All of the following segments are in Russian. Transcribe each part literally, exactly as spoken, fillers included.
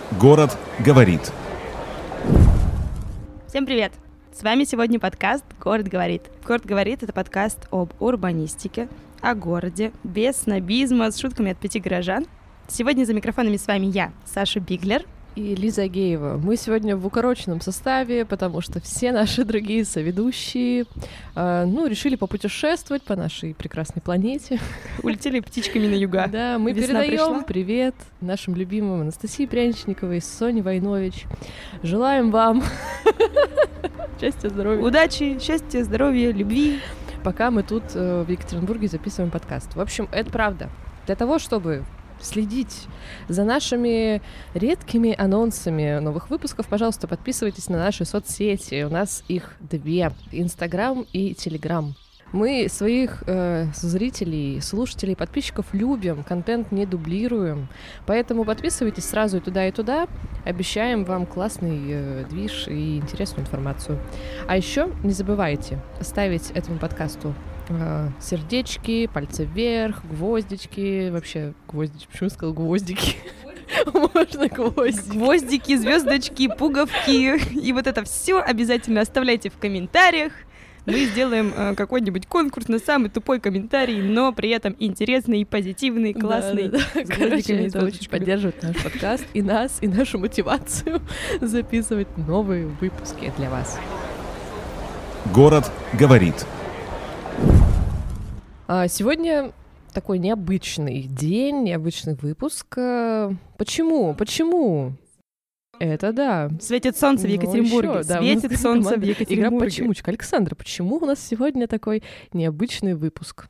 Город говорит. Всем привет! С вами сегодня подкаст «Город говорит». «Город говорит» — это подкаст об урбанистике, о городе, без снобизма, с шутками от пяти горожан. Сегодня за микрофонами с вами я, Саша Биглер. И Лиза Агеева. Мы сегодня в укороченном составе, потому что все наши другие соведущие э, ну, решили попутешествовать по нашей прекрасной планете. Улетели птичками на юга. Да, мы передаем привет нашим любимым Анастасии Пряничниковой, Соне Войнович. Желаем вам счастья, здоровья. Удачи, счастья, здоровья, любви. Пока мы тут э, в Екатеринбурге записываем подкаст. В общем, это правда. Для того, чтобы следить за нашими редкими анонсами новых выпусков, пожалуйста, подписывайтесь на наши соцсети. У нас их две — Инстаграм и Телеграм. Мы своих э, зрителей, слушателей, подписчиков любим, контент не дублируем, поэтому подписывайтесь сразу и туда, и туда. Обещаем вам классный э, движ и интересную информацию. А еще не забывайте ставить этому подкасту сердечки, пальцы вверх, гвоздички, вообще гвоздички, почему я сказала гвоздики? Можно гвоздики. Гвоздики, звездочки, пуговки и вот это все обязательно оставляйте в комментариях. Мы сделаем э, какой-нибудь конкурс на самый тупой комментарий, но при этом интересный, позитивный, классный. Да, да, да. Короче, это очень поддерживает наш подкаст и нас, и нашу мотивацию записывать новые выпуски для вас. Город говорит. Сегодня такой необычный день, необычный выпуск. Почему? Почему? Это да. Светит солнце в Екатеринбурге. Ну, еще, да, Светит солнце в Екатеринбурге. Игра «Почемучка». Александра, почему у нас сегодня такой необычный выпуск?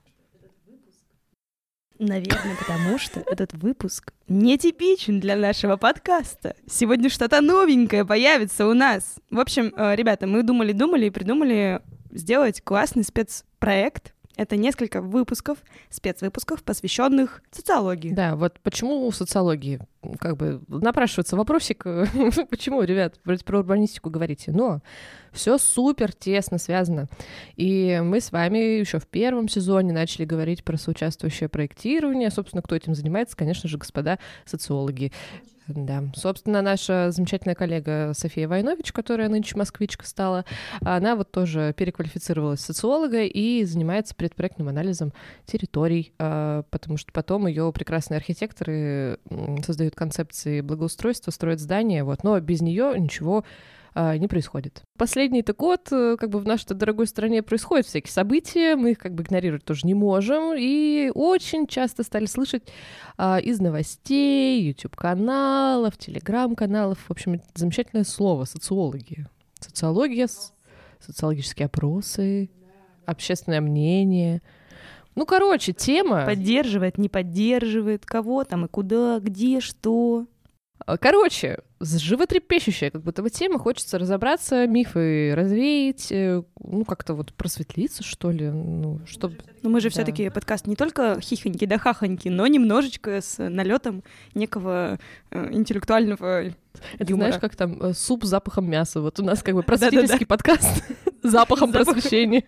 Наверное, потому что этот выпуск нетипичен для нашего подкаста. Сегодня что-то новенькое появится у нас. В общем, ребята, мы думали-думали и придумали сделать классный спецпроект. Это несколько выпусков, спецвыпусков, посвященных социологии. Да, вот почему социологии? Как бы напрашивается вопросик, почему, ребят, вроде про урбанистику говорите, но все супер тесно связано. И мы с вами еще в первом сезоне начали говорить про соучаствующее проектирование. Собственно, кто этим занимается? Конечно же, господа социологи. Да, собственно, наша замечательная коллега София Войнович, которая нынче москвичка стала, она вот тоже переквалифицировалась в социолога и занимается предпроектным анализом территорий, потому что потом ее прекрасные архитекторы создают концепции благоустройства, строят здания, вот, но без нее ничего не происходит. Последний-то год, как бы в нашей дорогой стране происходят всякие события, мы их как бы игнорировать тоже не можем, и очень часто стали слышать а, из новостей, YouTube-каналов, Telegram-каналов, в общем, замечательное слово — социология. Социология, социологические опросы, общественное мнение. Ну, короче, тема... Поддерживает, не поддерживает, кого там и куда, где, что... Короче, животрепещущая как будто бы тема, хочется разобраться, мифы развеять, ну, как-то вот просветлиться, что ли, ну, чтобы... Ну, мы же да. все-таки подкаст не только хихоньки да хахоньки, но немножечко с налетом некого э, интеллектуального Это юмора. знаешь, как там э, суп с запахом мяса, вот у нас как бы просветительский подкаст с запахом просвещения.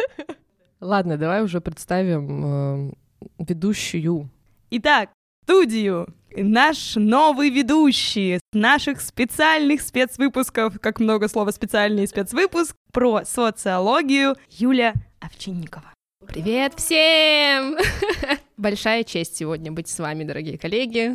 Ладно, давай уже представим ведущую. Итак, студию наш новый ведущий с наших специальных спецвыпусков, как много слова «специальный» спецвыпуск, про социологию, Юля Овчинникова. Привет всем! Большая честь сегодня быть с вами, дорогие коллеги.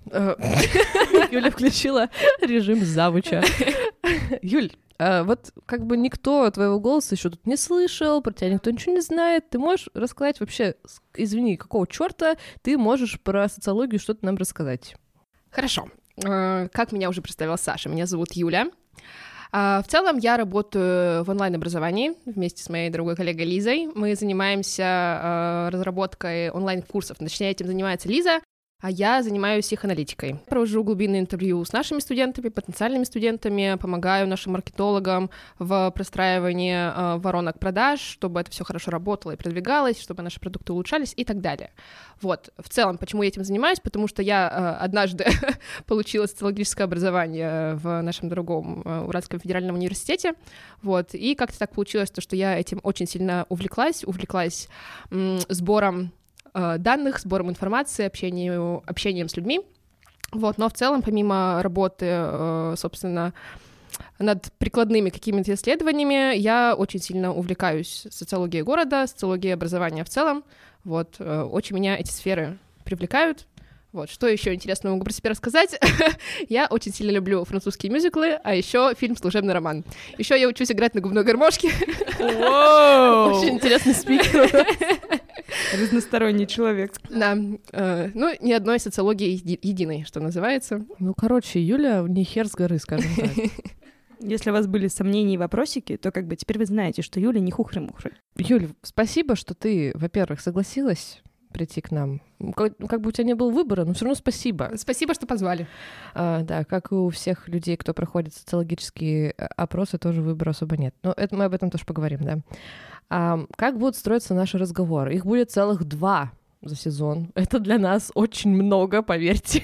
Юля включила режим завуча. Юль, А, вот как бы никто твоего голоса еще тут не слышал, про тебя никто ничего не знает. Ты можешь рассказать вообще, извини, какого черта ты можешь про социологию что-то нам рассказать? Хорошо. Как меня уже представила Саша, меня зовут Юля. В целом я работаю в онлайн-образовании вместе с моей дорогой коллегой Лизой. Мы занимаемся разработкой онлайн-курсов. Точнее, этим занимается Лиза, а я занимаюсь их аналитикой. Провожу глубинные интервью с нашими студентами, потенциальными студентами, помогаю нашим маркетологам в простраивании э, воронок продаж, чтобы это все хорошо работало и продвигалось, чтобы наши продукты улучшались и так далее. Вот, в целом, почему я этим занимаюсь? Потому что я э, однажды получила социологическое образование в нашем дорогом э, Уральском федеральном университете, вот, и как-то так получилось, то, что я этим очень сильно увлеклась, увлеклась м- сбором данных, сбором информации, общением, общением с людьми. Вот, но в целом, помимо работы, собственно, над прикладными какими-то исследованиями, я очень сильно увлекаюсь социологией города, социологией образования в целом. Вот, очень меня эти сферы привлекают. Вот, что еще интересного могу про себя рассказать? Я очень сильно люблю французские мюзиклы, а еще фильм «Служебный роман». Еще я учусь играть на губной гармошке. Очень интересный спикер. Разносторонний человек. Да, ну, ни одной социологии единой, что называется. Ну, короче, Юля не хер с горы, скажем так. Если у вас были сомнения и вопросики, то как бы теперь вы знаете, что Юля не хухры-мухры. Юль, спасибо, что ты, во-первых, согласилась прийти к нам. Как, как бы у тебя не было выбора, но все равно спасибо. Спасибо, что позвали. А, да, как и у всех людей, кто проходит социологические опросы, тоже выбора особо нет. Но это мы об этом тоже поговорим, да. А, как будут строиться наши разговоры? Их будет целых два за сезон. Это для нас очень много, поверьте.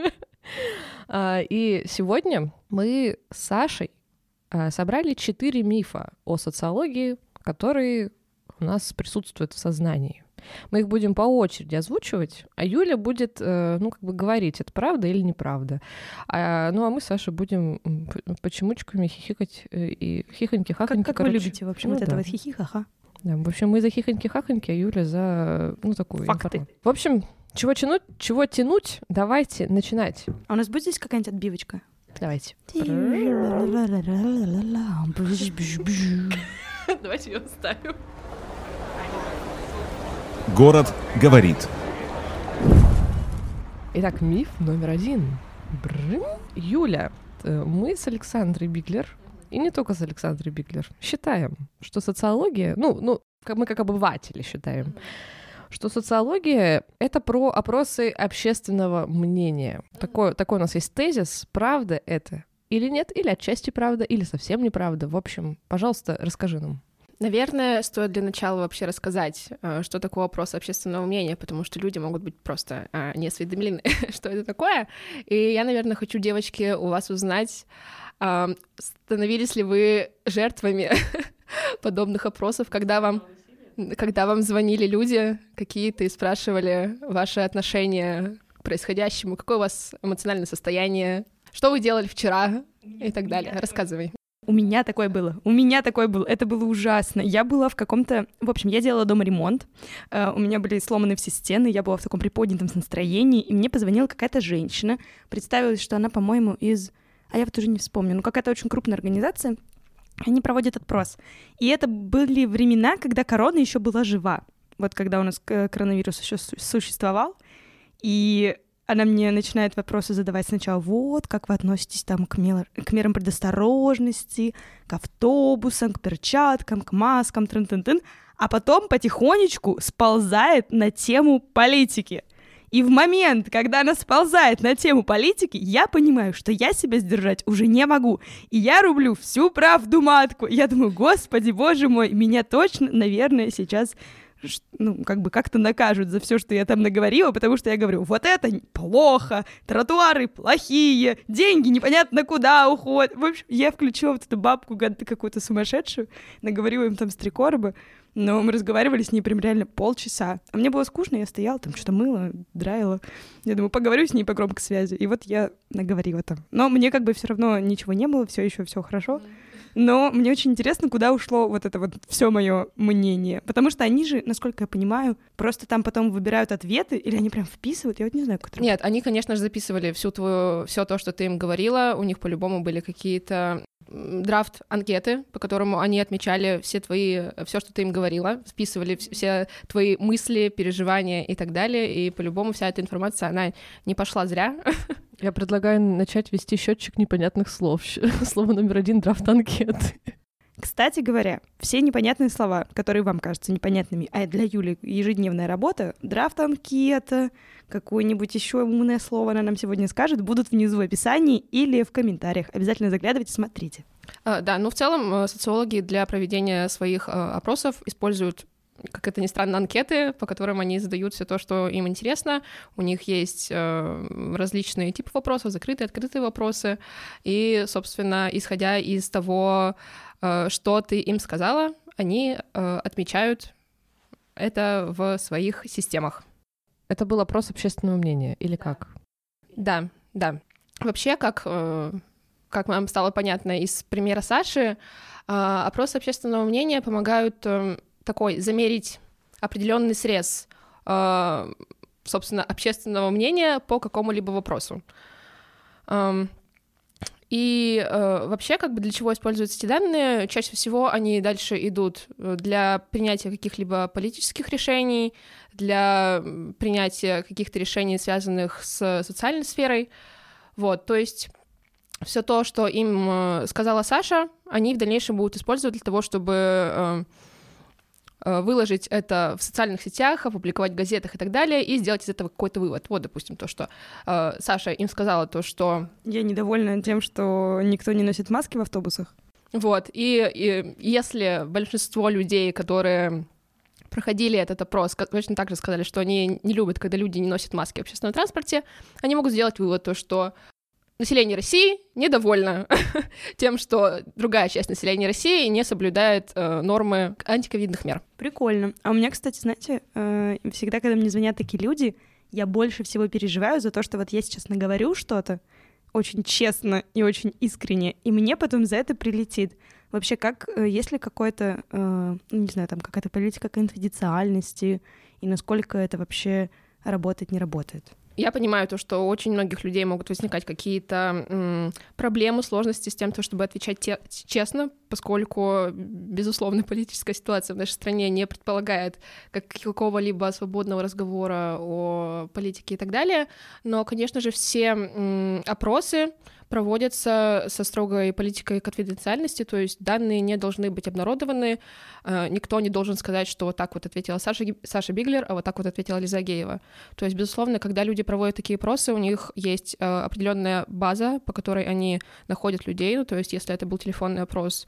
И сегодня мы с Сашей собрали четыре мифа о социологии, которые у нас присутствуют в сознании. Мы их будем по очереди озвучивать, а Юля будет, ну, как бы говорить, это правда или неправда. А, ну, а мы с Сашей будем почемучками хихикать и хихоньки-хахоньки. Как, как вы любите, в общем, ну, вот да. это вот хихи-ха-ха. Да, в общем, мы за хихоньки-хахоньки, а Юля за, ну, такую Факты. информацию. В общем, чего тянуть, чего тянуть, давайте начинать. А у нас будет здесь какая-нибудь отбивочка? Давайте. Давайте ее вставим. Город говорит. Итак, миф номер один. Брррр. Юля, мы с Александрой Биглер, и не только с Александрой Биглер, считаем, что социология, ну, ну, как мы как обыватели считаем, что социология — это про опросы общественного мнения. Такой, такой у нас есть тезис, правда это или нет, или отчасти правда, или совсем неправда. В общем, пожалуйста, расскажи нам. Наверное, стоит для начала вообще рассказать, что такое опрос общественного мнения, потому что люди могут быть просто не осведомлены, что это такое. И я, наверное, хочу, девочки, у вас узнать, становились ли вы жертвами подобных опросов, когда вам, когда вам звонили люди какие-то и спрашивали ваши отношения к происходящему, какое у вас эмоциональное состояние, что вы делали вчера и так далее. Рассказывай. У меня такое было, у меня такое было, это было ужасно. Я была в каком-то... В общем, я делала дома ремонт, uh, у меня были сломаны все стены, я была в таком приподнятом настроении, и мне позвонила какая-то женщина, представилась, что она, по-моему, из... А я вот уже не вспомню, ну какая-то очень крупная организация, они проводят опрос. И это были времена, когда корона еще была жива, вот когда у нас коронавирус еще существовал, и... Она мне начинает вопросы задавать сначала, вот, как вы относитесь там к, мер... к мерам предосторожности, к автобусам, к перчаткам, к маскам, трын-тын-тын, а потом потихонечку сползает на тему политики. И в момент, когда она сползает на тему политики, я понимаю, что я себя сдержать уже не могу. И я рублю всю правду матку. Я думаю, господи, боже мой, меня точно, наверное, сейчас... ну, как бы как-то накажут за все, что я там наговорила, потому что я говорю, вот это плохо, тротуары плохие, деньги непонятно куда уходят. В общем, я включила вот эту бабку какую-то сумасшедшую, наговорила им там с три короба, но мы разговаривали с ней прям реально полчаса. А мне было скучно, я стояла там, что-то мыла, драила. Я думаю, поговорю с ней по громкой связи. И вот я наговорила там. Но мне как бы все равно ничего не было, все еще все хорошо. Но мне очень интересно, куда ушло вот это вот все мое мнение. Потому что они же, насколько я понимаю, просто там потом выбирают ответы, или они прям вписывают, я вот не знаю, как это. Нет, они, конечно же, записывали всю твою, все то, что ты им говорила. У них по-любому были какие-то драфт анкеты, по которому они отмечали все твои, все, что ты им говорила, списывали все твои мысли, переживания и так далее, и по-любому вся эта информация, она не пошла зря. Я предлагаю начать вести счетчик непонятных слов. Слово номер один — драфт анкеты. Кстати говоря, все непонятные слова, которые вам кажутся непонятными, а для Юли ежедневная работа, драфт анкета, какое-нибудь еще умное слово она нам сегодня скажет, будут внизу в описании или в комментариях. Обязательно заглядывайте, смотрите. А, да, ну в целом социологи для проведения своих а, опросов используют, как это ни странно, анкеты, по которым они задают все то, что им интересно. У них есть э, различные типы вопросов, закрытые, открытые вопросы. И, собственно, исходя из того, э, что ты им сказала, они э, отмечают это в своих системах. Это был опрос общественного мнения, или как? Да, Да. Вообще, как, как нам стало понятно из примера Саши, опросы общественного мнения помогают такой замерить определенный срез, собственно, общественного мнения по какому-либо вопросу. И э, вообще, как бы для чего используются эти данные? Чаще всего они дальше идут для принятия каких-либо политических решений, для принятия каких-то решений, связанных с социальной сферой. Вот, то есть все то, что им сказала Саша, они в дальнейшем будут использовать для того, чтобы э, выложить это в социальных сетях, опубликовать в газетах и так далее, и сделать из этого какой-то вывод. Вот, допустим, то, что э, Саша им сказала, то, что... Я недовольна тем, что никто не носит маски в автобусах. Вот, и, и если большинство людей, которые проходили этот опрос, точно так же сказали, что они не любят, когда люди не носят маски в общественном транспорте, они могут сделать вывод, то, что население России недовольно тем, что другая часть населения России не соблюдает э, нормы антиковидных мер. Прикольно. А у меня, кстати, знаете, э, всегда, когда мне звонят такие люди, я больше всего переживаю за то, что вот я сейчас наговорю что-то очень честно и очень искренне, и мне потом за это прилетит. Вообще, как, э, есть ли какой-то, э, не знаю, там какая-то политика конфиденциальности, и насколько это вообще работает, не работает? Я понимаю то, что у очень многих людей могут возникать какие-то м, проблемы, сложности с тем, то, чтобы отвечать те- честно, поскольку, безусловно, политическая ситуация в нашей стране не предполагает как- какого-либо свободного разговора о политике и так далее. Но, конечно же, все м, опросы проводятся со строгой политикой конфиденциальности, то есть данные не должны быть обнародованы, э, никто не должен сказать, что вот так вот ответила Саша, Саша Биглер, а вот так вот ответила Лиза Агеева. То есть, безусловно, когда люди проводят такие опросы, у них есть э, определенная база, по которой они находят людей, ну, то есть если это был телефонный опрос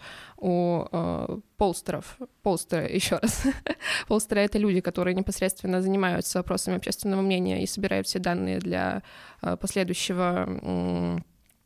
у э, полстеров, полстеры, еще раз, полстеры — это люди, которые непосредственно занимаются опросами общественного мнения и собирают все данные для э, последующего... М-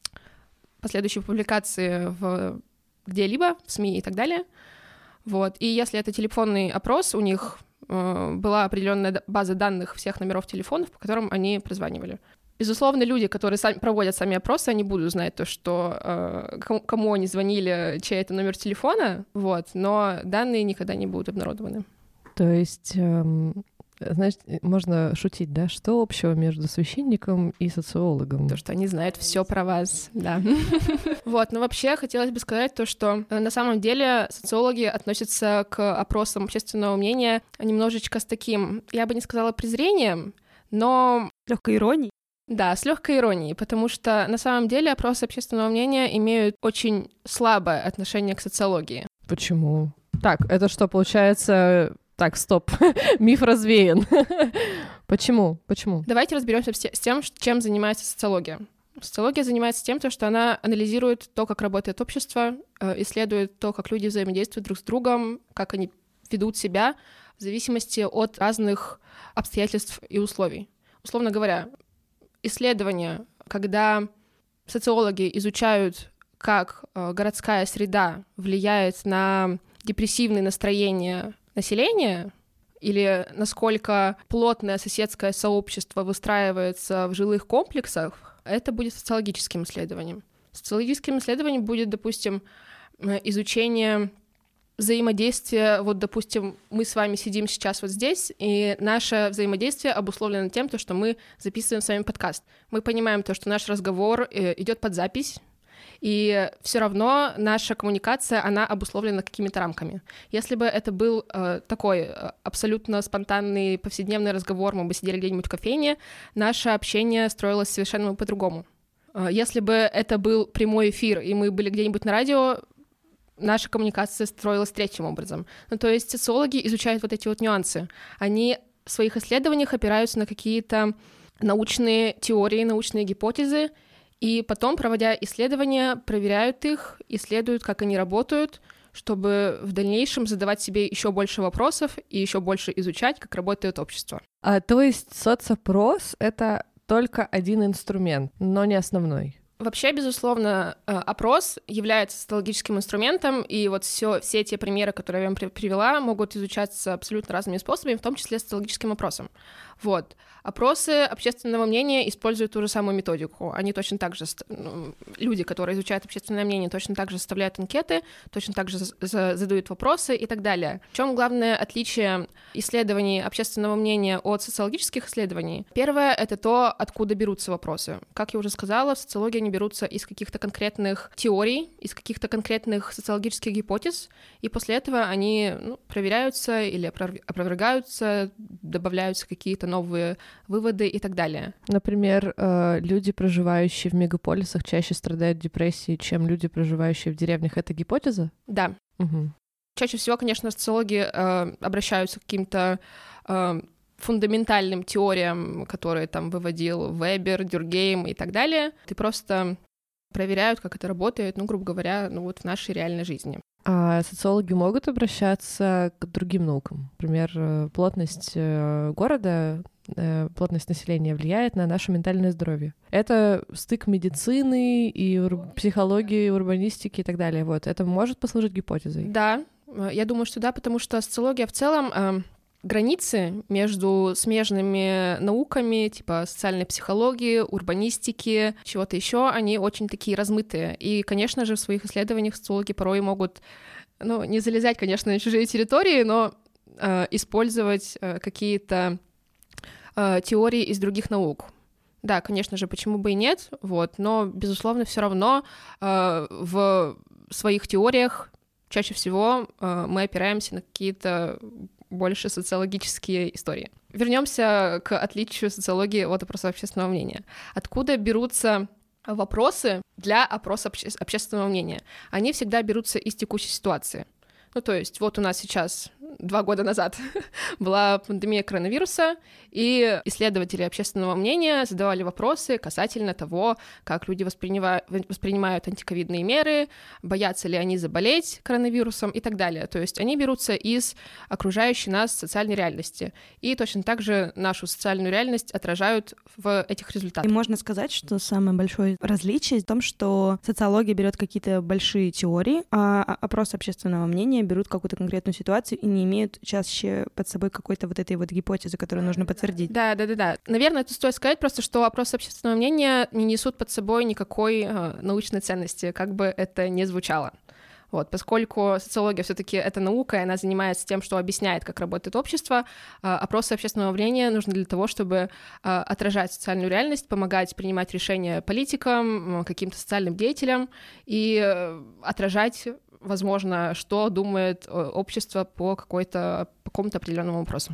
последующей публикации в где-либо, в СМИ и так далее. Вот. И если это телефонный опрос, у них э, была определенная база данных всех номеров телефонов, по которым они прозванивали. Безусловно, люди, которые сами, проводят сами опросы, они будут знать то, что э, кому, кому они звонили, чей это номер телефона, вот, но данные никогда не будут обнародованы. То есть... Эм... Знаешь, можно шутить, да? Что общего между священником и социологом? То, что они знают все про вас, да. Вот, но вообще хотелось бы сказать то, что на самом деле социологи относятся к опросам общественного мнения немножечко с таким, я бы не сказала презрением, но... Легкой иронией? Да, с легкой иронией, потому что на самом деле опросы общественного мнения имеют очень слабое отношение к социологии. Почему? Так, это что, получается... Так, стоп, миф развеян. Почему? Почему? Давайте разберемся с тем, чем занимается социология. Социология занимается тем, что она анализирует то, как работает общество, исследует то, как люди взаимодействуют друг с другом, как они ведут себя в зависимости от разных обстоятельств и условий. Условно говоря, исследования, когда социологи изучают, как городская среда влияет на депрессивные настроения населения или насколько плотное соседское сообщество выстраивается в жилых комплексах, это будет социологическим исследованием. Социологическим исследованием будет, допустим, изучение взаимодействия. Вот, допустим, мы с вами сидим сейчас вот здесь, и наше взаимодействие обусловлено тем, что мы записываем с вами подкаст. Мы понимаем то, что наш разговор идет под запись, и все равно наша коммуникация, она обусловлена какими-то рамками. Если бы это был э, такой абсолютно спонтанный повседневный разговор, мы бы сидели где-нибудь в кофейне, наше общение строилось совершенно по-другому. Э, если бы это был прямой эфир, и мы были где-нибудь на радио, наша коммуникация строилась третьим образом. Ну, то есть социологи изучают вот эти вот нюансы. Они в своих исследованиях опираются на какие-то научные теории, научные гипотезы, и потом, проводя исследования, проверяют их, исследуют, как они работают, чтобы в дальнейшем задавать себе еще больше вопросов и еще больше изучать, как работает общество. А, то есть соцопрос — это только один инструмент, но не основной? Вообще, безусловно, опрос является социологическим инструментом, и вот все, все те примеры, которые я вам привела, могут изучаться абсолютно разными способами, в том числе социологическим опросом. Вот. Опросы общественного мнения используют ту же самую методику. Они точно так же, ну, люди, которые изучают общественное мнение, точно так же составляют анкеты, точно так же задают вопросы и так далее. В чем главное отличие исследований общественного мнения от социологических исследований? Первое — это то, откуда берутся вопросы. Как я уже сказала, в социологии они берутся из каких-то конкретных теорий, из каких-то конкретных социологических гипотез, и после этого они, ну, проверяются или опровергаются, добавляются какие-то новые выводы и так далее. Например, люди, проживающие в мегаполисах, чаще страдают депрессией, чем люди, проживающие в деревнях. Это гипотеза? Да. Угу. Чаще всего, конечно, социологи э, обращаются к каким-то э, фундаментальным теориям, которые там выводил Вебер, Дюркгейм и так далее. Ты просто проверяют, как это работает, ну, грубо говоря, ну вот в нашей реальной жизни. А социологи могут обращаться к другим наукам? Например, плотность города, плотность населения влияет на наше ментальное здоровье. Это стык медицины и ур- психологии, урбанистики и так далее. Вот. Это может послужить гипотезой? Да, я думаю, что да, потому что социология в целом... Э, границы между смежными науками, типа социальной психологии, урбанистики, чего-то еще, они очень такие размытые. И, конечно же, в своих исследованиях социологи порой могут, ну, не залезать, конечно, на чужие территории, но э, использовать э, какие-то э, теории из других наук. Да, конечно же, почему бы и нет, вот, но, безусловно, все равно э, в своих теориях чаще всего э, мы опираемся на какие-то больше социологические истории. Вернемся к отличию социологии от опроса общественного мнения. Откуда берутся вопросы для опроса обще- общественного мнения? Они всегда берутся из текущей ситуации. Ну, то есть вот у нас сейчас два года назад была пандемия коронавируса, и исследователи общественного мнения задавали вопросы касательно того, как люди воспринимают, воспринимают антиковидные меры, боятся ли они заболеть коронавирусом и так далее. То есть они берутся из окружающей нас социальной реальности, и точно так же нашу социальную реальность отражают в этих результатах. И можно сказать, что самое большое различие в том, что социология берет какие-то большие теории, а опрос общественного мнения берут какую-то конкретную ситуацию и не имеют чаще под собой какой-то вот этой вот гипотезы, которую нужно подтвердить. Да, да, да, да. Наверное, это стоит сказать просто, что опросы общественного мнения не несут под собой никакой э, научной ценности, как бы это ни звучало. Вот, поскольку социология все-таки это наука, и она занимается тем, что объясняет, как работает общество, опросы общественного мнения нужны для того, чтобы отражать социальную реальность, помогать принимать решения политикам, каким-то социальным деятелям и отражать, возможно, что думает общество по какой-то, по какому-то определенному вопросу.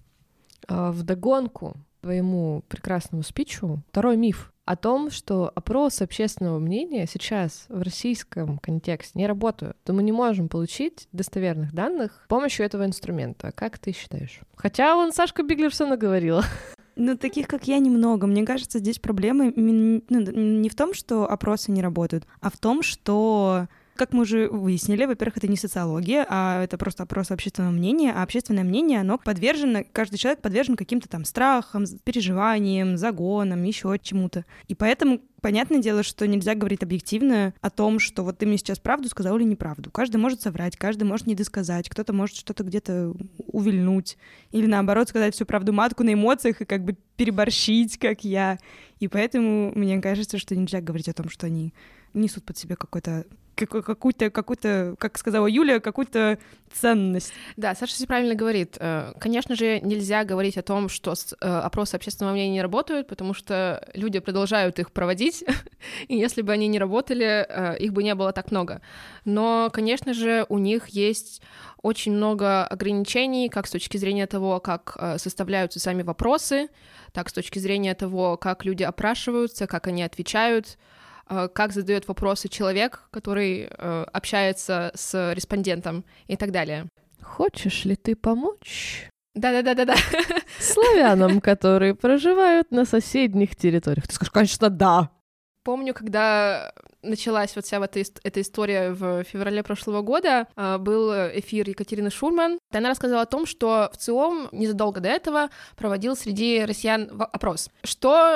Вдогонку твоему прекрасному спичу второй миф о том, что опросы общественного мнения сейчас в российском контексте не работают. То мы не можем получить достоверных данных с помощью этого инструмента. Как ты считаешь? Хотя вон Сашка Биглер все наговорила. Ну, таких, как я, немного. Мне кажется, здесь проблема ну, не в том, что опросы не работают, а в том, что... Как мы уже выяснили, во-первых, это не социология, а это просто опрос общественного мнения, а общественное мнение, оно подвержено, каждый человек подвержен каким-то там страхам, переживаниям, загонам, еще чему-то. И поэтому понятное дело, что нельзя говорить объективно о том, что вот ты мне сейчас правду сказал или неправду. Каждый может соврать, каждый может недосказать, кто-то может что-то где-то увильнуть, или наоборот сказать всю правду матку на эмоциях и как бы переборщить, как я. И поэтому мне кажется, что нельзя говорить о том, что они несут под себя какой-то какую-то, какую-то, как сказала Юля, какую-то ценность. Да, Саша все правильно говорит. Конечно же, нельзя говорить о том, что опросы общественного мнения не работают, потому что люди продолжают их проводить, и если бы они не работали, их бы не было так много. Но, конечно же, у них есть очень много ограничений, как с точки зрения того, как составляются сами вопросы, так с точки зрения того, как люди опрашиваются, как они отвечают, как задает вопросы человек, который э, общается с респондентом и так далее. Хочешь ли ты помочь? Да-да-да-да-да. Славянам, которые проживают на соседних территориях. Ты скажешь, конечно, да. Помню, когда началась вот вся вот эта, эта история в феврале прошлого года, был эфир Екатерины Шульман. Она рассказала о том, что в ЦИОМ незадолго до этого проводил среди россиян опрос. Что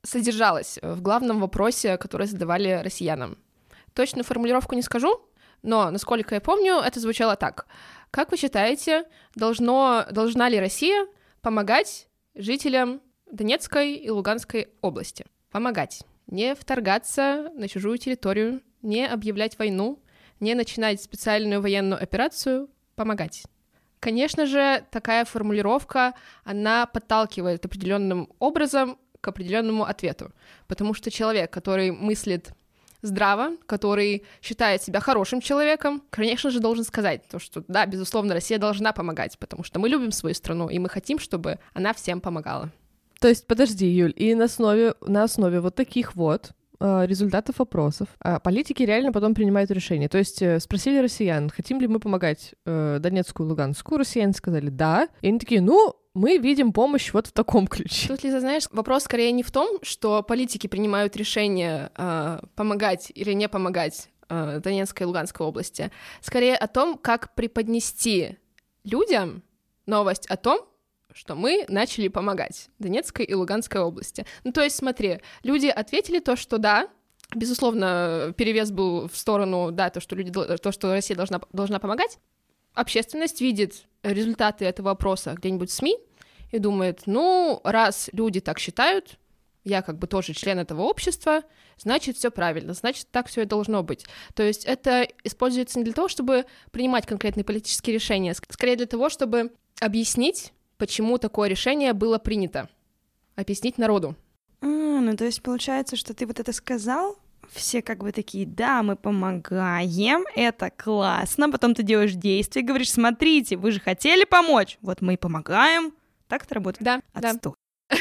содержалось в главном вопросе, который задавали россиянам. Точную формулировку не скажу, но, насколько я помню, это звучало так. Как вы считаете, должно, должна ли Россия помогать жителям Донецкой и Луганской области? Помогать. Не вторгаться на чужую территорию, не объявлять войну, не начинать специальную военную операцию, помогать. Конечно же, такая формулировка, она подталкивает определенным образом к определенному ответу, потому что человек, который мыслит здраво, который считает себя хорошим человеком, конечно же, должен сказать то, что да, безусловно, Россия должна помогать, потому что мы любим свою страну, и мы хотим, чтобы она всем помогала. То есть, подожди, Юль, и на основе, на основе вот таких вот э, результатов опросов э, политики реально потом принимают решение. То есть э, спросили россиян, хотим ли мы помогать э, Донецкую и Луганскую, россияне сказали «да», и они такие «ну, мы видим помощь вот в таком ключе». Тут, Лиза, знаешь, вопрос скорее не в том, что политики принимают решение э, помогать или не помогать э, Донецкой и Луганской области, скорее о том, как преподнести людям новость о том, что мы начали помогать Донецкой и Луганской области. Ну, то есть, смотри, люди ответили то, что да, безусловно, перевес был в сторону, да, то, что люди, то, что Россия должна, должна помогать. Общественность видит результаты этого опроса где-нибудь в СМИ и думает, ну, раз люди так считают, я как бы тоже член этого общества, значит, все правильно, значит, так все и должно быть. То есть это используется не для того, чтобы принимать конкретные политические решения, скорее для того, чтобы объяснить, почему такое решение было принято, объяснить народу. А, ну то есть получается, что ты вот это сказал, все как бы такие, да, мы помогаем, это классно, потом ты делаешь действия, говоришь, смотрите, вы же хотели помочь, вот мы и помогаем. Так это работает? Да, Отстой. да.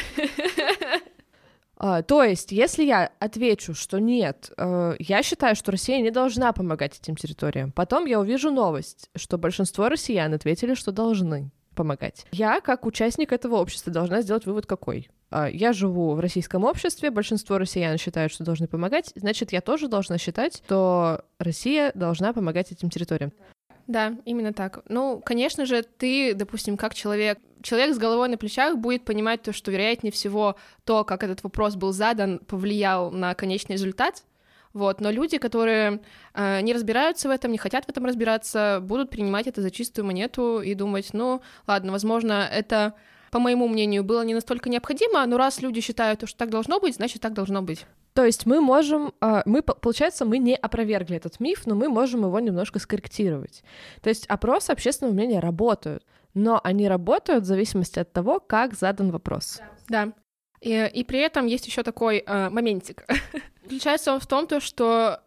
А, то есть, если я отвечу, что нет, э, я считаю, что Россия не должна помогать этим территориям, потом я увижу новость, что большинство россиян ответили, что должны помогать. Я, как участник этого общества, должна сделать вывод какой? Я живу в российском обществе, большинство россиян считают, что должны помогать, значит, я тоже должна считать, что Россия должна помогать этим территориям. Да, именно так. Ну, конечно же, ты, допустим, как человек, человек с головой на плечах будет понимать то, что, вероятнее всего, то, как этот вопрос был задан, повлиял на конечный результат. Вот, но люди, которые э, не разбираются в этом, не хотят в этом разбираться, будут принимать это за чистую монету и думать, ну, ладно, возможно, это, по моему мнению, было не настолько необходимо, но раз люди считают, что так должно быть, значит, так должно быть. То есть мы можем, э, мы, получается, мы не опровергли этот миф, но мы можем его немножко скорректировать. То есть опросы общественного мнения работают, но они работают в зависимости от того, как задан вопрос. Да. И, и при этом есть еще такой э, моментик. Заключается он в том, то, что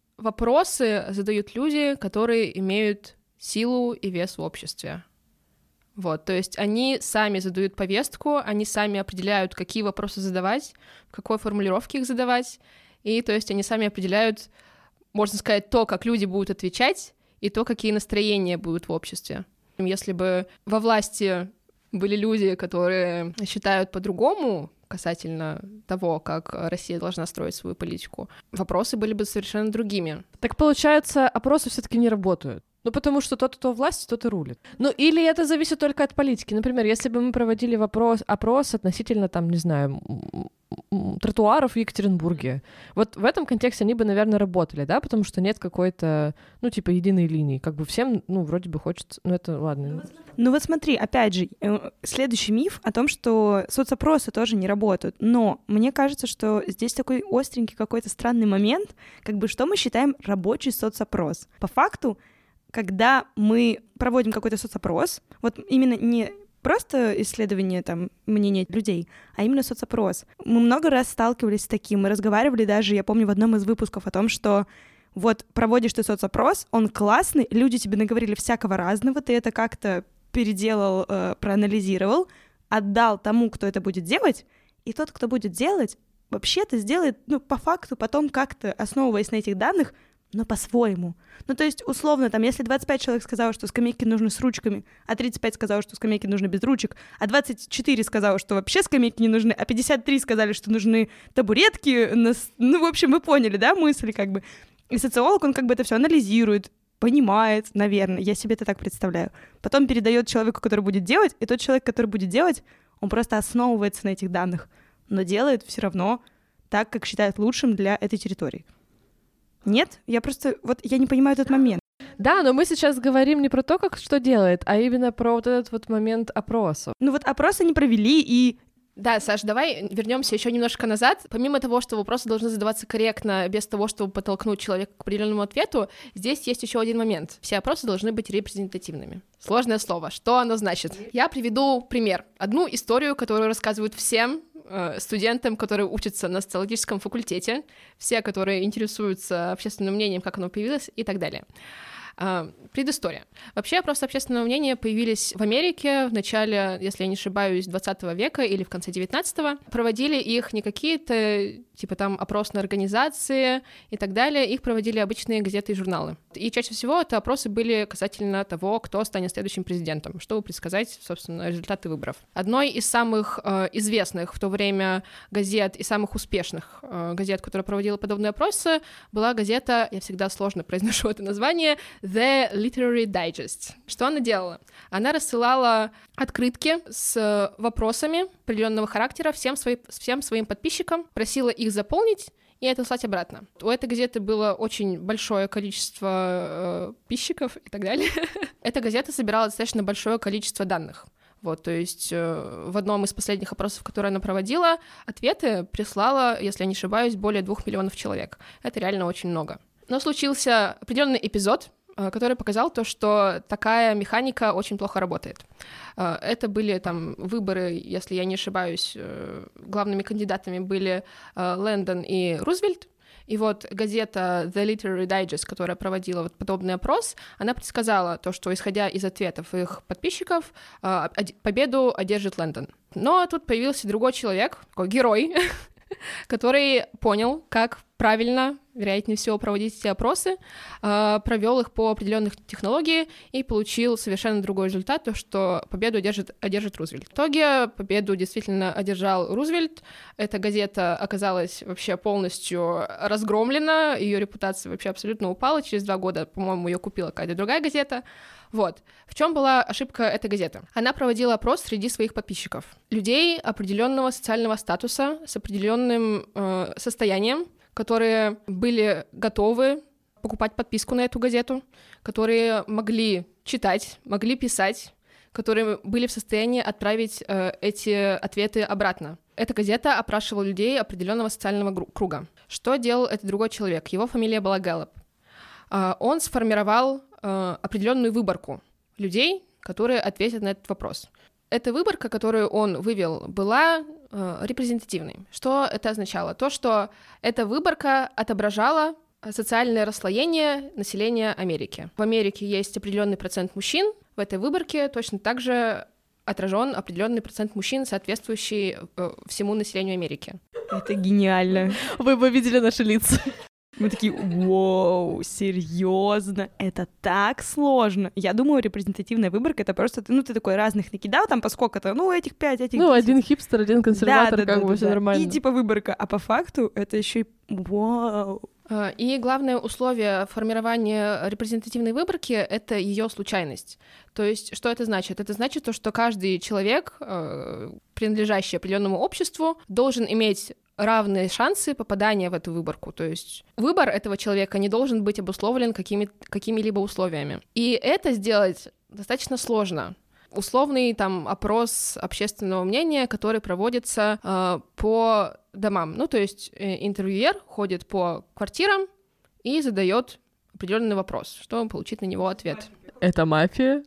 вопросы задают люди, которые имеют силу и вес в обществе. Вот, то есть они сами задают повестку, они сами определяют, какие вопросы задавать, в какой формулировке их задавать, и то есть они сами определяют, можно сказать, то, как люди будут отвечать, и то, какие настроения будут в обществе. Если бы во власти были люди, которые считают по-другому касательно того, как Россия должна строить свою политику, вопросы были бы совершенно другими. Так получается, опросы все-таки не работают. Ну, потому что тот, кто власть, тот и рулит. Ну, или это зависит только от политики. Например, если бы мы проводили вопрос, опрос относительно, там, не знаю, тротуаров в Екатеринбурге, вот в этом контексте они бы, наверное, работали, да, потому что нет какой-то, ну, типа, единой линии. Как бы всем, ну, вроде бы хочется, ну, это ладно. Ну вот смотри, опять же, следующий миф о том, что соцопросы тоже не работают. Но мне кажется, что здесь такой остренький какой-то странный момент, как бы что мы считаем рабочий соцопрос. По факту, когда мы проводим какой-то соцопрос, вот именно не просто исследование там мнения людей, а именно соцопрос. Мы много раз сталкивались с таким, мы разговаривали даже, я помню, в одном из выпусков о том, что вот проводишь ты соцопрос, он классный, люди тебе наговорили всякого разного, ты это как-то переделал, э, проанализировал, отдал тому, кто это будет делать, и тот, кто будет делать, вообще-то сделает, ну, по факту, потом как-то, основываясь на этих данных, но по-своему. Ну, то есть, условно, там, если двадцать пять человек сказало, что скамейки нужны с ручками, а тридцать пять сказало, что скамейки нужны без ручек, а двадцать четыре сказало, что вообще скамейки не нужны, а пятьдесят три сказали, что нужны табуретки, ну, в общем, вы поняли, да, мысли, как бы. И социолог, он как бы это все анализирует, понимает, наверное, я себе это так представляю. Потом передает человеку, который будет делать, и тот человек, который будет делать, он просто основывается на этих данных. но делает все равно так, как считает лучшим для этой территории. Нет? Я просто... Вот я не понимаю этот момент. Да, но мы сейчас говорим не про то, как что делает, а именно про вот этот вот момент опросов. Ну вот опросы не провели, и... Да, Саш, давай вернемся еще немножко назад. Помимо того, что вопросы должны задаваться корректно, без того, чтобы подтолкнуть человека к определенному ответу, здесь есть еще один момент. Все опросы должны быть репрезентативными. Сложное слово. Что оно значит? Я приведу пример. Одну историю, которую рассказывают всем э, студентам, которые учатся на социологическом факультете, все, которые интересуются общественным мнением, как оно появилось и так далее. Uh, предыстория. Вообще, опросы общественного мнения появились в Америке в начале, если я не ошибаюсь, двадцатого века или в конце девятнадцатого. Проводили их не какие-то, типа там, опросные организации и так далее, их проводили обычные газеты и журналы. И чаще всего это опросы были касательно того, кто станет следующим президентом, чтобы предсказать, собственно, результаты выборов. Одной из самых uh, известных в то время газет и самых успешных uh, газет, которая проводила подобные опросы, была газета, я всегда сложно произношу это название, The Literary Digest. Что она делала? Она рассылала открытки с вопросами определенного характера всем, свои, всем своим подписчикам, просила их заполнить и отослать обратно. У этой газеты было очень большое количество э, подписчиков и так далее. Эта газета собирала достаточно большое количество данных. Вот, то есть э, в одном из последних опросов, которые она проводила, ответы прислала, если я не ошибаюсь, более двух миллионов человек. Это реально очень много. Но случился определенный эпизод, который показал то, что такая механика очень плохо работает. Это были там выборы, если я не ошибаюсь, главными кандидатами были Лэндон и Рузвельт. И вот газета The Literary Digest, которая проводила вот подобный опрос, она предсказала то, что, исходя из ответов их подписчиков, победу одержит Лэндон. Но тут появился другой человек, такой герой, который понял, как правильно, вероятнее всего, проводить эти опросы, э, провел их по определенной технологии и получил совершенно другой результат, то, что победу одержит, одержит Рузвельт. В итоге победу действительно одержал Рузвельт. Эта газета оказалась вообще полностью разгромлена, ее репутация вообще абсолютно упала. Через два года, по-моему, ее купила какая-то другая газета. Вот. В чем была ошибка этой газеты? Она проводила опрос среди своих подписчиков. Людей определенного социального статуса с определенным э, состоянием, которые были готовы покупать подписку на эту газету, которые могли читать, могли писать, которые были в состоянии отправить э, эти ответы обратно. Эта газета опрашивала людей определенного социального гру- круга. Что делал этот другой человек? Его фамилия была Гэллоп. Э, он сформировал э, определенную выборку людей, которые ответят на этот вопрос. Эта выборка, которую он вывел, была э, репрезентативной. Что это означало? То, что эта выборка отображала социальное расслоение населения Америки. В Америке есть определенный процент мужчин, в этой выборке точно так же отражен определенный процент мужчин, соответствующий э, всему населению Америки. Это гениально. Вы бы видели наши лица. Мы такие, вау, серьезно, это так сложно. Я думаю, репрезентативная выборка — это просто, ну, ты такой разных накидал, там по сколько-то, ну, этих пять, этих Ну, десять. один хипстер, один консерватор, да, да, как да, бы да, все да. нормально. И типа выборка, а по факту это еще и вау. И главное условие формирования репрезентативной выборки — это ее случайность. То есть, что это значит? Это значит то, что каждый человек, принадлежащий определенному обществу, должен иметь равные шансы попадания в эту выборку. То есть выбор этого человека не должен быть обусловлен какими- какими-либо условиями. И это сделать достаточно сложно. Условный там опрос общественного мнения, который проводится э, по домам. Ну, то есть э, интервьюер ходит по квартирам и задает определенный вопрос, чтобы получить на него ответ. Это мафия?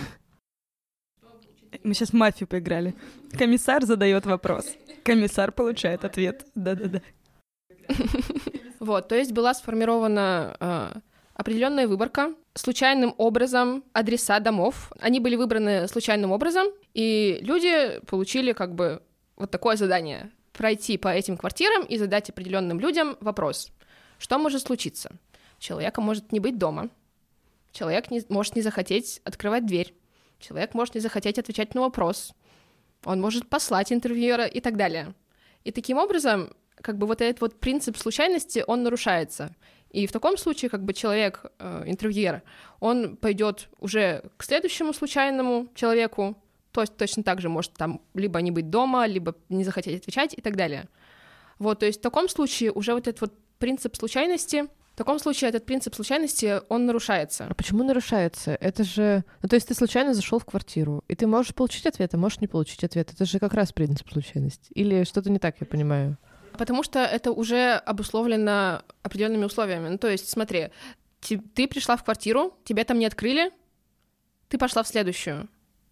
Мы сейчас в мафию поиграли. Комиссар задает вопрос. Комиссар получает ответ. Да-да-да. Вот, то есть была сформирована э, определенная выборка, случайным образом адреса домов. Они были выбраны случайным образом, и люди получили как бы вот такое задание — пройти по этим квартирам и задать определенным людям вопрос. Что может случиться? Человека может не быть дома, человек не, может не захотеть открывать дверь, человек может не захотеть отвечать на вопрос, он может послать интервьюера и так далее. И таким образом, как бы вот этот вот принцип случайности, он нарушается. И в таком случае, как бы человек, э, интервьюер, он пойдет уже к следующему случайному человеку, то есть точно так же может там либо не быть дома, либо не захотеть отвечать и так далее. Вот, то есть в таком случае уже вот этот вот принцип случайности, в таком случае этот принцип случайности, он нарушается. А почему нарушается? Это же... Ну, то есть ты случайно зашел в квартиру, и ты можешь получить ответ, а можешь не получить ответ. Это же как раз принцип случайности. Или что-то не так, я понимаю? Потому что это уже обусловлено определенными условиями. Ну, то есть, смотри, ты, ты пришла в квартиру, тебе там не открыли, ты пошла в следующую.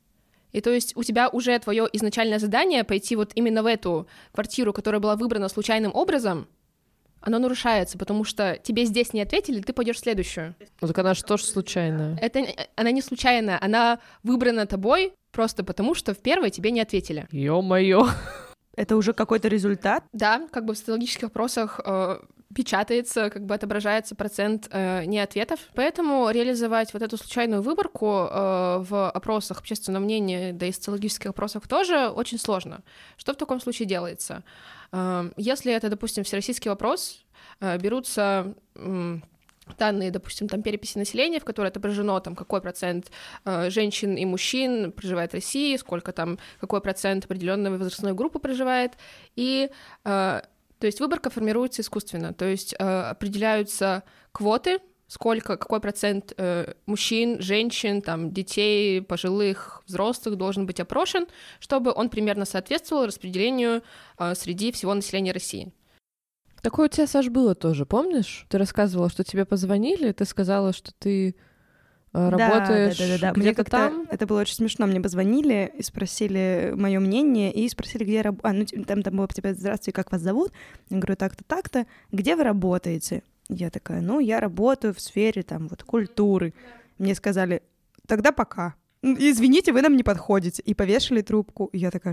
И то есть у тебя уже твое изначальное задание пойти вот именно в эту квартиру, которая была выбрана случайным образом, оно нарушается, потому что тебе здесь не ответили, ты пойдешь в следующую. Ну так она же тоже случайная. Это, она не случайная, она выбрана тобой просто потому, что в первой тебе не ответили. Ё-моё. Это уже какой-то результат? Да, как бы в социологических опросах э, печатается, как бы отображается процент э, неответов. Поэтому реализовать вот эту случайную выборку э, в опросах общественного мнения, да и социологических опросах тоже очень сложно. Что в таком случае делается? Э, если это, допустим, всероссийский опрос, э, берутся... Э, данные, допустим, там переписи населения, в которой отображено там какой процент э, женщин и мужчин проживает в России, сколько там, какой процент определенной возрастной группы проживает, и, э, то есть выборка формируется искусственно, то есть э, определяются квоты, сколько, какой процент э, мужчин, женщин, там, детей, пожилых, взрослых должен быть опрошен, чтобы он примерно соответствовал распределению э, среди всего населения России. Такое у тебя, Саш, было тоже, помнишь? Ты рассказывала, что тебе позвонили, ты сказала, что ты э, работаешь да, да, да, да. где-то Мне как-то там. Это было очень смешно. Мне позвонили и спросили мое мнение, и спросили, где я работаю. А, ну, там, там было типа, здравствуйте, как вас зовут? Я говорю, так-то, так-то. Где вы работаете? Я такая, ну, я работаю в сфере там вот культуры. Мне сказали, тогда пока. Извините, вы нам не подходите. И повешали трубку. И я такая,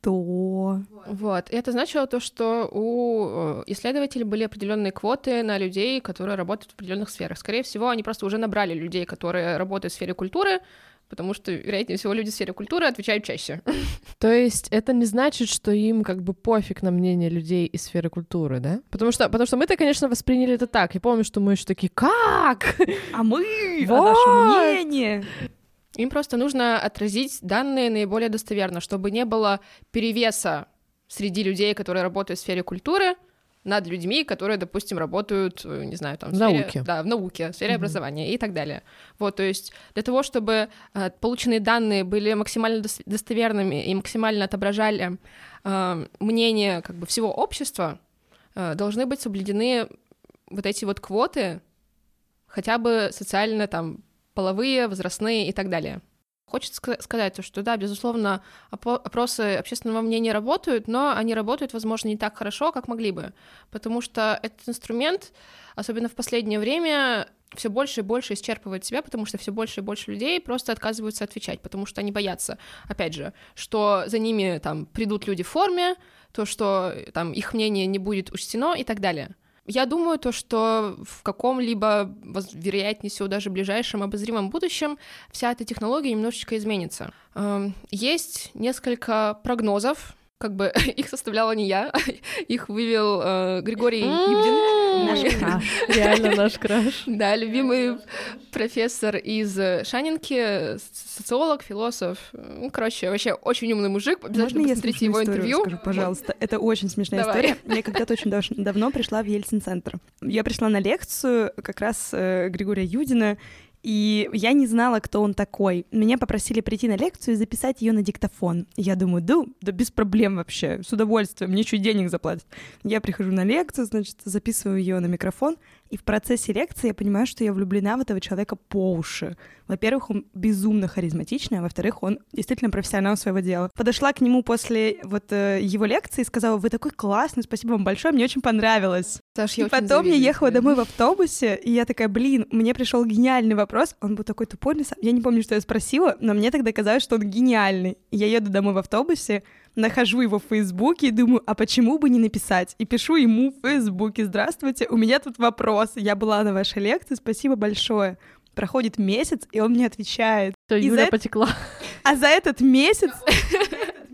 что? Вот. И это значило то, что у исследователей были определенные квоты на людей, которые работают в определенных сферах. Скорее всего, они просто уже набрали людей, которые работают в сфере культуры, потому что, вероятнее всего, люди в сфере культуры отвечают чаще. То есть это не значит, что им как бы пофиг на мнение людей из сферы культуры, да? Потому что, потому что мы-то, конечно, восприняли это так. Я помню, что мы еще такие, как? А мы? Вот. А наше мнение? Им просто нужно отразить данные наиболее достоверно, чтобы не было перевеса среди людей, которые работают в сфере культуры, над людьми, которые, допустим, работают, не знаю, там, в, в сфере, науке. Да, в науке, в сфере Mm-hmm. образования и так далее. Вот, то есть для того, чтобы э, полученные данные были максимально дос- достоверными и максимально отображали э, мнение как бы всего общества, э, должны быть соблюдены вот эти вот квоты, хотя бы социально там половые, возрастные и так далее. Хочется сказать, что да, безусловно, опросы общественного мнения работают, но они работают, возможно, не так хорошо, как могли бы, потому что этот инструмент, особенно в последнее время, все больше и больше исчерпывает себя, потому что все больше и больше людей просто отказываются отвечать, потому что они боятся, опять же, что за ними там придут люди в форме, то, что там их мнение не будет учтено и так далее. Я думаю, то, что в каком-либо, вероятнее всего, даже ближайшем обозримом будущем вся эта технология немножечко изменится. Есть несколько прогнозов, как бы их составляла не я, их вывел э, Григорий Юдин. Наш краш. Реально наш краш. Да, любимый профессор из Шанинки, социолог, философ. Ну, короче, вообще очень умный мужик. Обязательно Можно я посмотрите его смешную историю интервью. расскажу, пожалуйста? Это очень смешная Давай. история. Я когда-то очень дав- давно пришла в Ельцин-центр. Я пришла на лекцию как раз э, Григория Юдина, и я не знала, кто он такой. Меня попросили прийти на лекцию и записать ее на диктофон. Я думаю, да, да без проблем вообще, с удовольствием, мне чуть денег заплатят. Я прихожу на лекцию, значит, записываю ее на микрофон, и в процессе лекции я понимаю, что я влюблена в этого человека по уши. Во-первых, он безумно харизматичный, а во-вторых, он действительно профессионал своего дела. Подошла к нему после вот э, его лекции и сказала, вы такой классный, спасибо вам большое, мне очень понравилось. Саш, я И очень потом я завидую ехала тебе. домой в автобусе, и я такая, блин, мне пришел гениальный вопрос, он был такой тупой, я не помню, что я спросила, но мне тогда казалось, что он гениальный. И я еду домой в автобусе, нахожу его в Фейсбуке и думаю, а почему бы не написать? И пишу ему в Фейсбуке, здравствуйте, у меня тут вопрос, я была на вашей лекции, спасибо большое. Проходит месяц, и он мне отвечает. Всё, И за Юля это- потекла. А за этот месяц,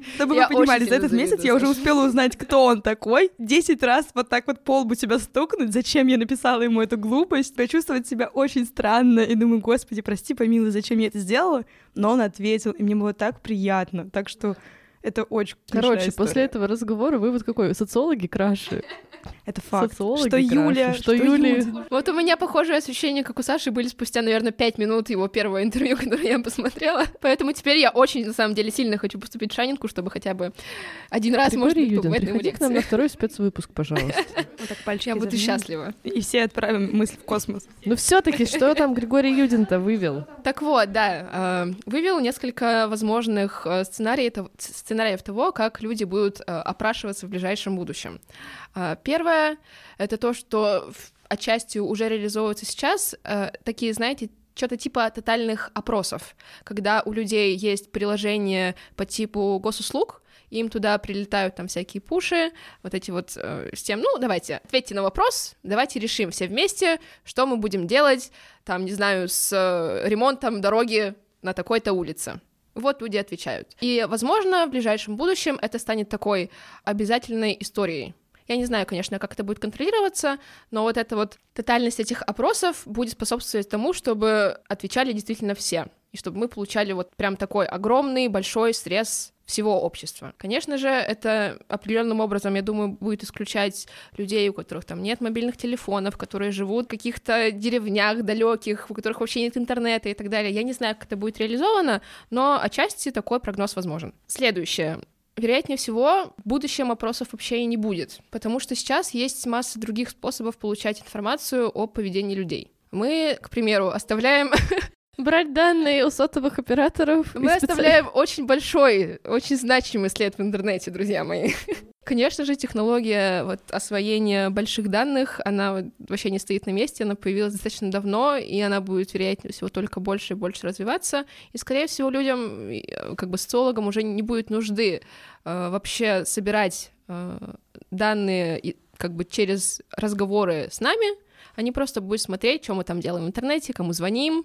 Чтобы Я вы понимали, очень за этот сильно месяц завидую, я уже Саша. успела узнать, кто он такой, десять раз вот так вот по лбу себя стукнуть, зачем я написала ему эту глупость, почувствовать себя очень странно и думаю, господи, прости, помилуй, зачем я это сделала, но он ответил, и мне было так приятно, так что это очень смешная Короче, история. после этого разговора вывод какой? Социологи краши. Это факт. Социологи Что Юля, краши, что Юли. Юдин. Вот у меня похожие ощущения, как у Саши, были спустя, наверное, пять минут его первого интервью, которое я посмотрела. Поэтому теперь я очень, на самом деле, сильно хочу поступить в Шанинку, чтобы хотя бы один раз, может Григорий быть, Юдин, побывать на его приходи к нам на лекции. второй спецвыпуск, пожалуйста. Вот так пальчики Я буду зажмем, счастлива. И все отправим мысль в космос. Ну все таки что там Григорий Юдин-то вывел? Так вот, да, э, вывел несколько возможных э, сценариев, того- сценариев того, как люди будут э, опрашиваться в ближайшем будущем. Э, Первое — это то, что в- отчасти уже реализовывается сейчас, э, такие, знаете, что-то типа тотальных опросов, когда у людей есть приложение по типу госуслуг, им туда прилетают там всякие пуши, вот эти вот э, с тем, ну, давайте, ответьте на вопрос, давайте решим все вместе, что мы будем делать, там, не знаю, с э, ремонтом дороги на такой-то улице. Вот люди отвечают. И, возможно, в ближайшем будущем это станет такой обязательной историей. Я не знаю, конечно, как это будет контролироваться, но вот эта вот тотальность этих опросов будет способствовать тому, чтобы отвечали действительно все, и чтобы мы получали вот прям такой огромный, большой срез всего общества. Конечно же, это определенным образом, я думаю, будет исключать людей, у которых там нет мобильных телефонов, которые живут в каких-то деревнях далеких, у которых вообще нет интернета и так далее. Я не знаю, как это будет реализовано, но отчасти такой прогноз возможен. Следующее. Вероятнее всего, в будущем опросов вообще и не будет, потому что сейчас есть масса других способов получать информацию о поведении людей. Мы, к примеру, оставляем... Брать данные у сотовых операторов. Мы оставляем очень большой, очень значимый след в интернете, друзья мои. Конечно же, технология вот, освоения больших данных, она вот вообще не стоит на месте, она появилась достаточно давно, и она будет, вероятнее всего, только больше и больше развиваться. И, скорее всего, людям, как бы социологам, уже не будет нужды э, вообще собирать э, данные и, как бы через разговоры с нами. Они просто будут смотреть, что мы там делаем в интернете, кому звоним,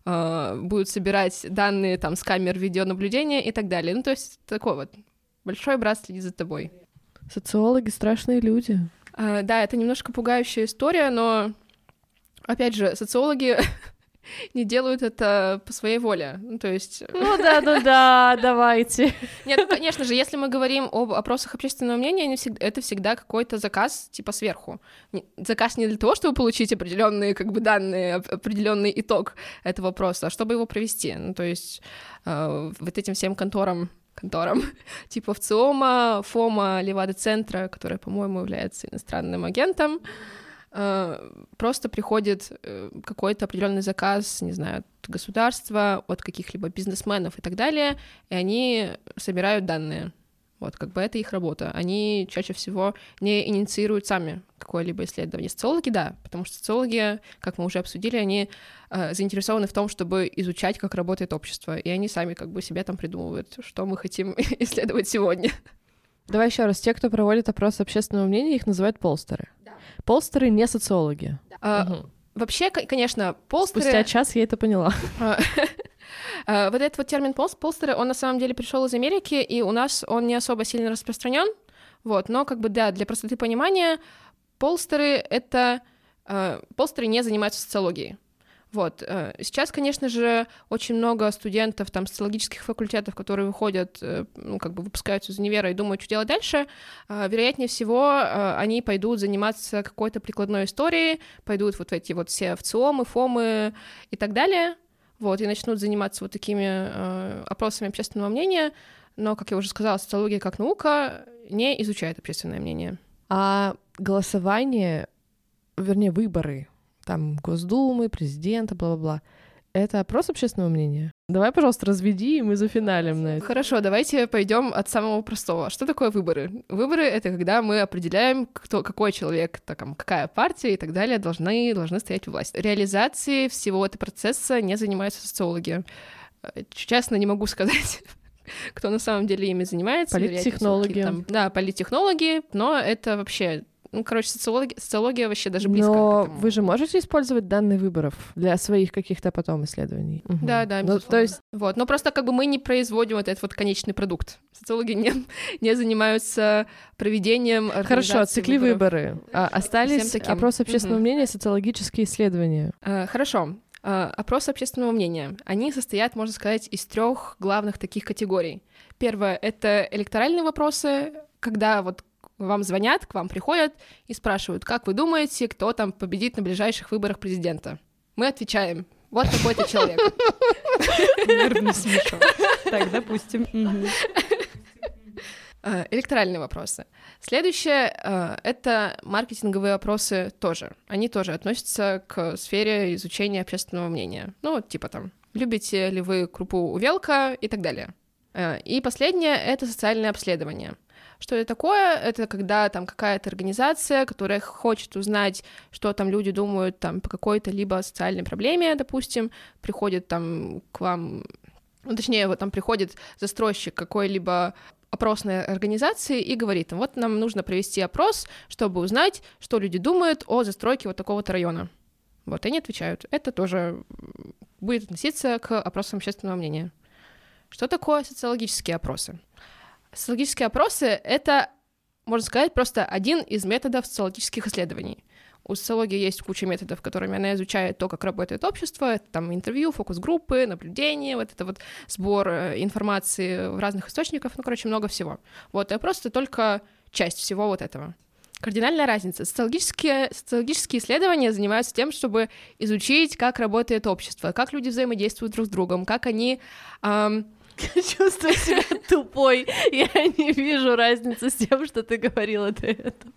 э, будут собирать данные там с камер видеонаблюдения и так далее. Ну, то есть такой вот большой брат следит за тобой. Социологи — страшные люди. Uh, да, это немножко пугающая история, но, опять же, социологи не делают это по своей воле. Ну, то есть... Ну да-да-да, давайте. Нет, конечно же, если мы говорим об опросах общественного мнения, они всегда, это всегда какой-то заказ типа сверху. Не, заказ не для того, чтобы получить определенные как бы данные, определенный итог этого опроса, а чтобы его провести. Ну, то есть uh, вот этим всем конторам конторам, типа ВЦИОМа, ФОМа, Левада-центра, который, по-моему, является иностранным агентом, просто приходит какой-то определенный заказ, не знаю, от государства, от каких-либо бизнесменов и так далее, и они собирают данные. Вот, как бы это их работа. Они чаще всего не инициируют сами какое-либо исследование. Социологи, да, потому что социологи, как мы уже обсудили, они э, заинтересованы в том, чтобы изучать, как работает общество, и они сами как бы себе там придумывают, что мы хотим исследовать сегодня. Давай еще раз. Те, кто проводит опрос общественного мнения, их называют полстеры. Да. Полстеры не социологи. Да. А, угу. Вообще, конечно, полстеры... Спустя час я это поняла. Uh, вот этот вот термин пол- полстеры, он на самом деле пришел из Америки, и у нас он не особо сильно распространен, вот, но как бы, да, для простоты понимания, полстеры — это... Uh, полстеры не занимаются социологией. Вот. Uh, сейчас, конечно же, очень много студентов там социологических факультетов, которые выходят, uh, ну, как бы выпускаются из универа и думают, что делать дальше. Uh, вероятнее всего, uh, они пойдут заниматься какой-то прикладной историей, пойдут вот в эти вот все ВЦИОМы, ФОМы и так далее, вот, и начнут заниматься вот такими э, опросами общественного мнения, но, как я уже сказала, социология как наука не изучает общественное мнение. А голосование, вернее, выборы, там, Госдумы, президента, бла-бла-бла, это опрос общественного мнения? Давай, пожалуйста, разведи, и мы зафиналим на это. Хорошо, давайте пойдем от самого простого. Что такое выборы? Выборы — это когда мы определяем, кто, какой человек, там, какая партия и так далее должны, должны стоять у власти. Реализацией всего этого процесса не занимаются социологи. Честно, не могу сказать, кто на самом деле ими занимается. Политтехнологи. Там, да, политтехнологи, но это вообще Ну, короче, социология, социология вообще даже близко Но к этому. вы же можете использовать данные выборов для своих каких-то потом исследований? Мгм. Да, да, Ну, то есть вот, но просто как бы мы не производим вот этот вот конечный продукт. Социологи не, не занимаются проведением хорошо, организации отсекли выборов. выборы. А, остались Всем таким. опрос общественного Мгм. мнения, социологические исследования. Э, Хорошо. Э, Опросы общественного мнения. Они состоят, можно сказать, из трех главных таких категорий. Первое — это электоральные вопросы, когда вот вам звонят, к вам приходят и спрашивают, как вы думаете, кто там победит на ближайших выборах президента? Мы отвечаем, вот такой-то человек. Нервный смешок. Так, допустим. Мгм. Э, Электоральные вопросы. Следующее э, — это маркетинговые опросы тоже. Они тоже относятся к сфере изучения общественного мнения. Ну, вот типа там, любите ли вы крупу увелка и так далее. Э, И последнее — это социальное обследование. Что это такое? Это когда там какая-то организация, которая хочет узнать, что там люди думают там по какой-то либо социальной проблеме, допустим, приходит там к вам, ну, точнее, вот там приходит застройщик какой-либо опросной организации и говорит им, вот нам нужно провести опрос, чтобы узнать, что люди думают о застройке вот такого-то района. Вот, и они отвечают. Это тоже будет относиться к опросам общественного мнения. Что такое социологические опросы? Социологические опросы — это, можно сказать, просто один из методов социологических исследований. У социологии есть куча методов, которыми она изучает то, как работает общество, это там интервью, фокус-группы, наблюдение, вот это вот сбор э, информации в разных источниках, ну, короче, много всего. Вот, и просто только часть всего вот этого. Кардинальная разница. Социологические, социологические исследования занимаются тем, чтобы изучить, как работает общество, как люди взаимодействуют друг с другом, как они... эм, Чувствую себя тупой. Я не вижу разницы с тем, что ты говорила до этого.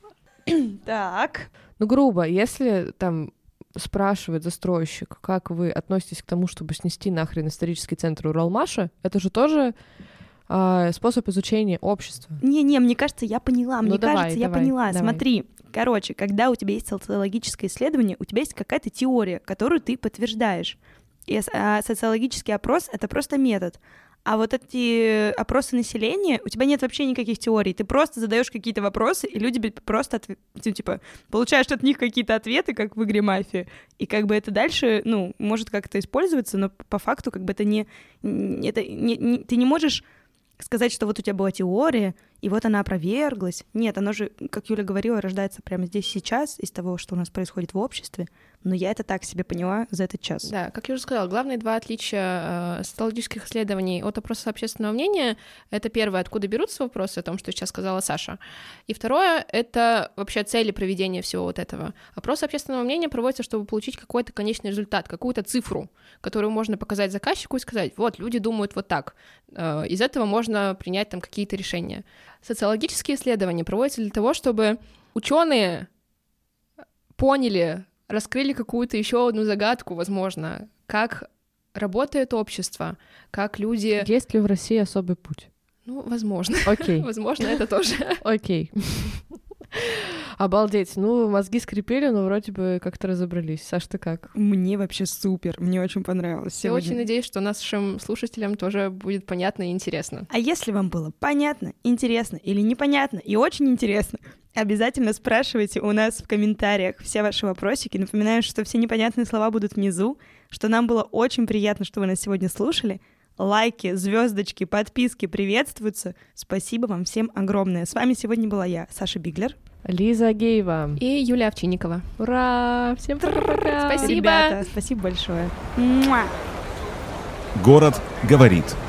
Так. Ну, грубо, если там спрашивает застройщик, как вы относитесь к тому, чтобы снести нахрен исторический центр Уралмаша, это же тоже а, способ изучения общества. Не-не, мне кажется, я поняла. Ну, Мне давай, кажется, я давай, поняла. давай. Смотри, короче, когда у тебя есть социологическое исследование, у тебя есть какая-то теория, которую ты подтверждаешь. И с- а социологический опрос — это просто метод. А вот эти опросы населения, у тебя нет вообще никаких теорий. Ты просто задаешь какие-то вопросы, и люди бе- просто отве- ну, типа получаешь от них какие-то ответы, как в игре «Мафия». И как бы это дальше, ну, может как-то использоваться, но по факту как бы это не... н- это не, не- ты не можешь сказать, что вот у тебя была теория, и вот она опроверглась. Нет, оно же, как Юля говорила, рождается прямо здесь сейчас из того, что у нас происходит в обществе. Но я это так себе поняла за этот час. Да, как я уже сказала, главные два отличия э, социологических исследований от опроса общественного мнения — это первое, откуда берутся вопросы, о том, что сейчас сказала Саша, и второе — это вообще цели проведения всего вот этого. Опрос общественного мнения проводится, чтобы получить какой-то конечный результат, какую-то цифру, которую можно показать заказчику и сказать, вот, люди думают вот так. Э, из этого можно принять там какие-то решения. Социологические исследования проводятся для того, чтобы ученые поняли, раскрыли какую-то еще одну загадку, возможно, как работает общество, как люди... Есть ли в России особый путь? Ну, возможно. Окей, Возможно, это тоже. окей. Обалдеть. Ну, мозги скрипели, но вроде бы как-то разобрались. Саш, ты как? Мне вообще супер, мне очень понравилось Я сегодня. очень надеюсь, что нашим слушателям тоже будет понятно и интересно. А если вам было понятно, интересно или непонятно и очень интересно, обязательно спрашивайте у нас в комментариях все ваши вопросики. Напоминаю, что все непонятные слова будут внизу, что нам было очень приятно, что вы нас сегодня слушали. Лайки, звездочки, подписки приветствуются. Спасибо вам всем огромное. С вами сегодня была я, Саша Биглер. Лиза Агеева. И Юлия Овчинникова. Ура! Всем пока-пока! Спасибо. Ребята, спасибо большое. Муа! Город говорит.